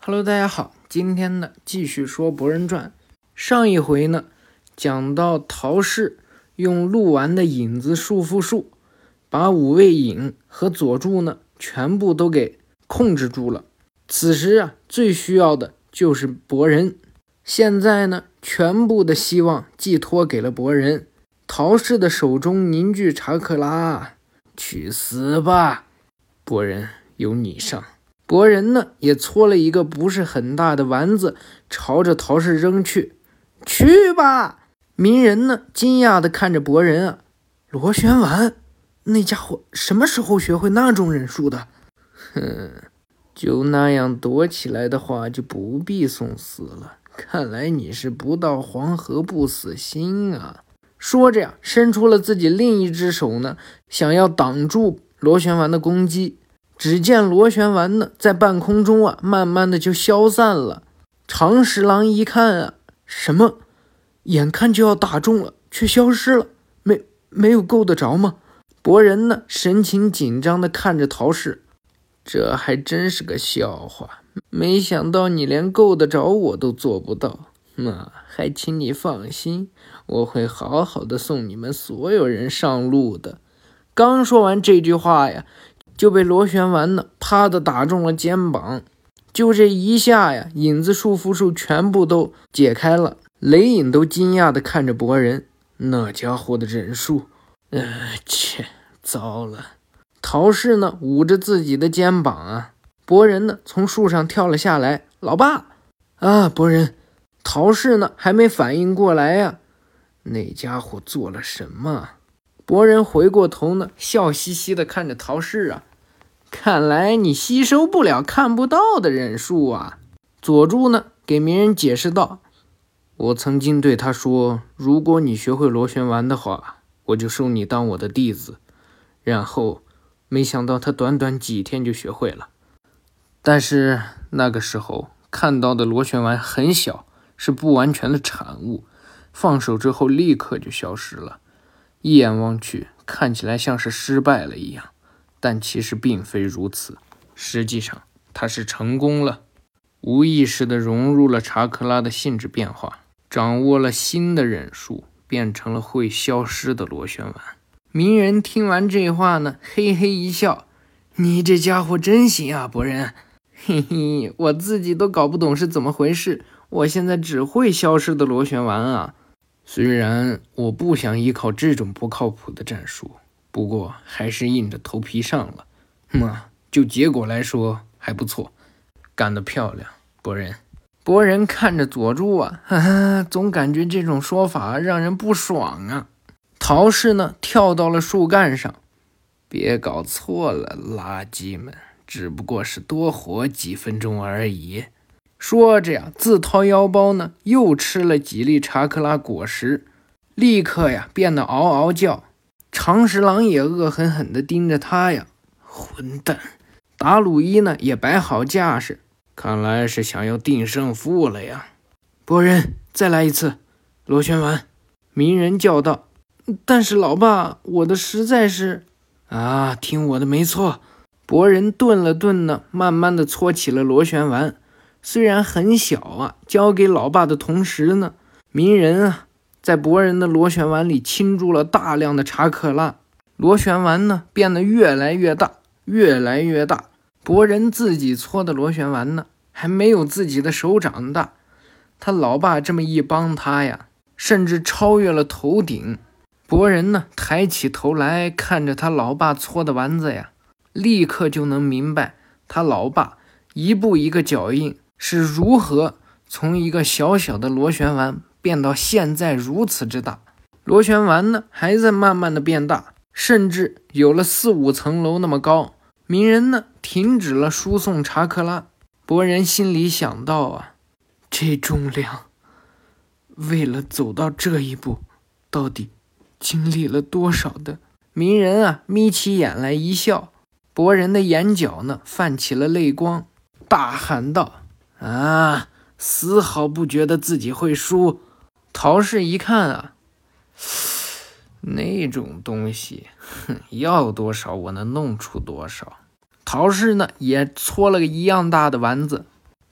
Hello， 大家好，今天呢继续说《博人传》。上一回呢讲到陶氏用鹿丸的引子束缚术，把五味引和佐助呢全部都给控制住了。此时啊，最需要的就是博人。现在呢，全部的希望寄托给了博人。陶氏的手中凝聚查克拉，去死吧！博人，由你上。博人呢也搓了一个不是很大的丸子，朝着陶氏扔去。去吧！鸣人呢惊讶地看着博人啊，螺旋丸，那家伙什么时候学会那种忍术的？就那样躲起来的话，就不必送死了。看来你是不到黄河不死心啊！说着呀，伸出了自己另一只手呢，想要挡住螺旋丸的攻击。只见螺旋丸呢，在半空中啊，慢慢的就消散了。长十郎一看啊，什么？眼看就要打中了，却消失了，没有够得着吗？博人呢，神情紧张的看着陶氏，这还真是个笑话。没想到你连够得着我都做不到，那还请你放心，我会好好的送你们所有人上路的。刚说完这句话呀，就被螺旋丸呢啪的打中了肩膀。就这一下呀，影子束缚术全部都解开了。雷影都惊讶的看着博人，那家伙的忍术，切，糟了。陶氏呢捂着自己的肩膀啊，博人呢从树上跳了下来。老爸啊，博人。陶氏呢还没反应过来呀，那家伙做了什么？博人回过头呢，笑嘻嘻的看着陶氏啊，看来你吸收不了看不到的忍术啊。佐助呢给鸣人解释道，我曾经对他说，如果你学会螺旋丸的话，我就收你当我的弟子。然后没想到他短短几天就学会了。但是那个时候看到的螺旋丸很小，是不完全的产物，放手之后立刻就消失了。一眼望去，看起来像是失败了一样，但其实并非如此。实际上他是成功了，无意识地融入了查克拉的性质变化，掌握了新的忍术，变成了会消失的螺旋丸。鸣人听完这话呢，嘿嘿一笑，你这家伙真行啊，博人。嘿嘿，我自己都搞不懂是怎么回事，我现在只会消失的螺旋丸啊。虽然我不想依靠这种不靠谱的战术，不过还是硬着头皮上了。就结果来说还不错，干得漂亮，博人。博人看着佐助啊，总感觉这种说法让人不爽啊。陶氏呢跳到了树干上，别搞错了，垃圾们，只不过是多活几分钟而已。说着呀，自掏腰包呢，又吃了几粒查克拉果实，立刻呀变得嗷嗷叫。长十郎也恶狠狠地盯着他呀，混蛋！达鲁伊呢也摆好架势，看来是想要定胜负了呀。博人，再来一次螺旋丸！鸣人叫道。但是老爸，我的实在是……听我的没错。博人顿了顿呢，慢慢地搓起了螺旋丸。虽然很小啊，交给老爸的同时呢，鸣人啊在博人的螺旋丸里倾注了大量的查克拉，螺旋丸呢变得越来越大，越来越大。博人自己搓的螺旋丸呢，还没有自己的手掌大。他老爸这么一帮他呀，甚至超越了头顶。博人呢抬起头来看着他老爸搓的丸子呀，立刻就能明白他老爸一步一个脚印是如何从一个小小的螺旋丸变到现在如此之大。螺旋丸呢还在慢慢的变大，甚至有了4-5层楼那么高。鸣人呢停止了输送查克拉。博人心里想到啊，这重量为了走到这一步，到底经历了多少的？鸣人啊眯起眼来一笑，博人的眼角呢泛起了泪光，大喊道，丝毫不觉得自己会输。陶氏一看啊，那种东西要多少我能弄出多少。陶氏呢也搓了个一样大的丸子，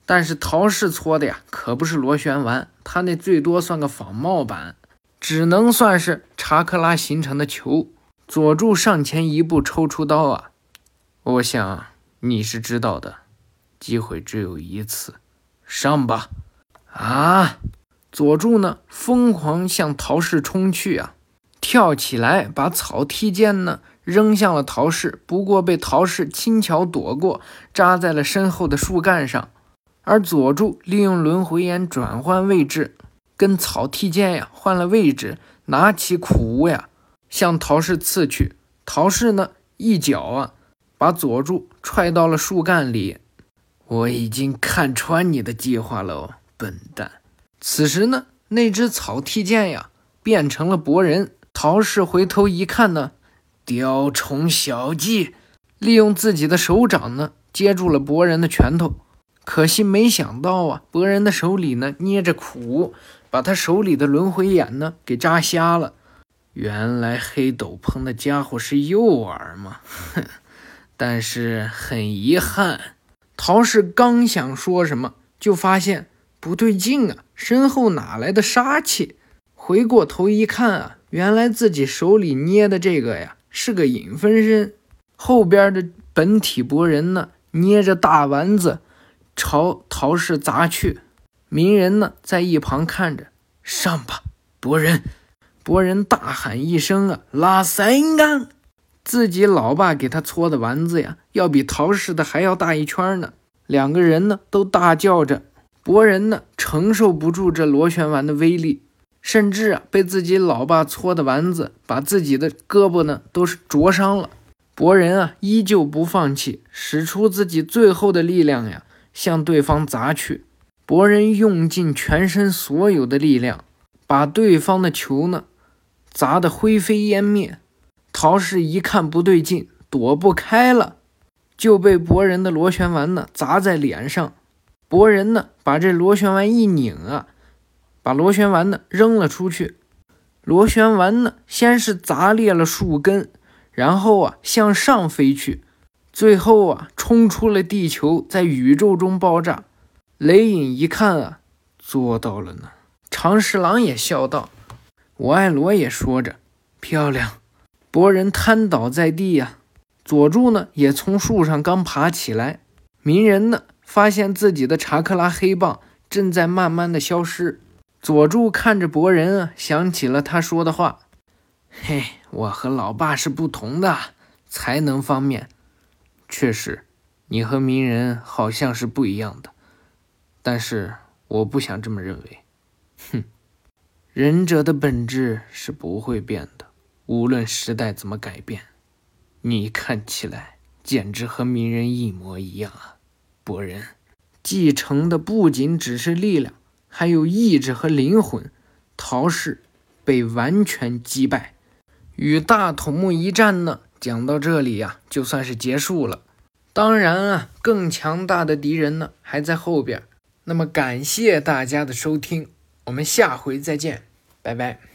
但是陶氏搓的呀，可不是螺旋丸，他那最多算个仿冒版，只能算是查克拉形成的球。佐助上前一步，抽出刀啊！我想你是知道的，机会只有一次，上吧！啊！佐助呢，疯狂向陶氏冲去啊！跳起来，把草踢剑呢扔向了陶氏，不过被陶氏轻巧躲过，扎在了身后的树干上。而佐助利用轮回眼转换位置，跟草剃剑呀换了位置，拿起苦无呀向陶氏刺去。陶氏呢一脚啊把佐助踹到了树干里。我已经看穿你的计划了哦，笨蛋！此时呢，那只草剃剑呀变成了博人。陶氏回头一看呢，雕虫小技，利用自己的手掌呢接住了博人的拳头。可惜没想到啊，博人的手里呢捏着苦，把他手里的轮回眼呢给扎瞎了。原来黑斗篷的家伙是诱饵嘛，哼！但是很遗憾，陶氏刚想说什么，就发现不对劲啊，身后哪来的杀气？回过头一看啊，原来自己手里捏的这个呀是个影分身，后边的本体博人呢捏着大丸子朝陶氏砸去。鸣人呢在一旁看着，上吧，博人！博人大喊一声啊，拉三杆！自己老爸给他搓的丸子呀，要比陶氏的还要大一圈呢。两个人呢都大叫着，博人呢承受不住这螺旋丸的威力，甚至啊被自己老爸搓的丸子把自己的胳膊呢都是灼伤了。博人啊依旧不放弃，使出自己最后的力量呀，向对方砸去。博人用尽全身所有的力量，把对方的球呢砸得灰飞烟灭。陶氏一看不对劲，躲不开了，就被博人的螺旋丸呢砸在脸上。博人呢把这螺旋丸一拧啊，把螺旋丸呢扔了出去。螺旋丸呢先是砸裂了树根，然后啊向上飞去，最后啊冲出了地球，在宇宙中爆炸。雷影一看啊，做到了呢。长十郎也笑道，我爱罗也说着，漂亮。博人瘫倒在地呀，佐助呢也从树上刚爬起来。鸣人呢发现自己的查克拉黑棒正在慢慢的消失。佐助看着博人啊，想起了他说的话，嘿，我和老爸是不同的，才能方面确实你和鸣人好像是不一样的，但是我不想这么认为。哼，忍者的本质是不会变的，无论时代怎么改变。你看起来简直和鸣人一模一样啊，博人。继承的不仅只是力量，还有意志和灵魂。陶氏被完全击败。与大筒木一战呢，讲到这里呀，就算是结束了。当然啊，更强大的敌人呢还在后边。那么感谢大家的收听，我们下回再见，拜拜。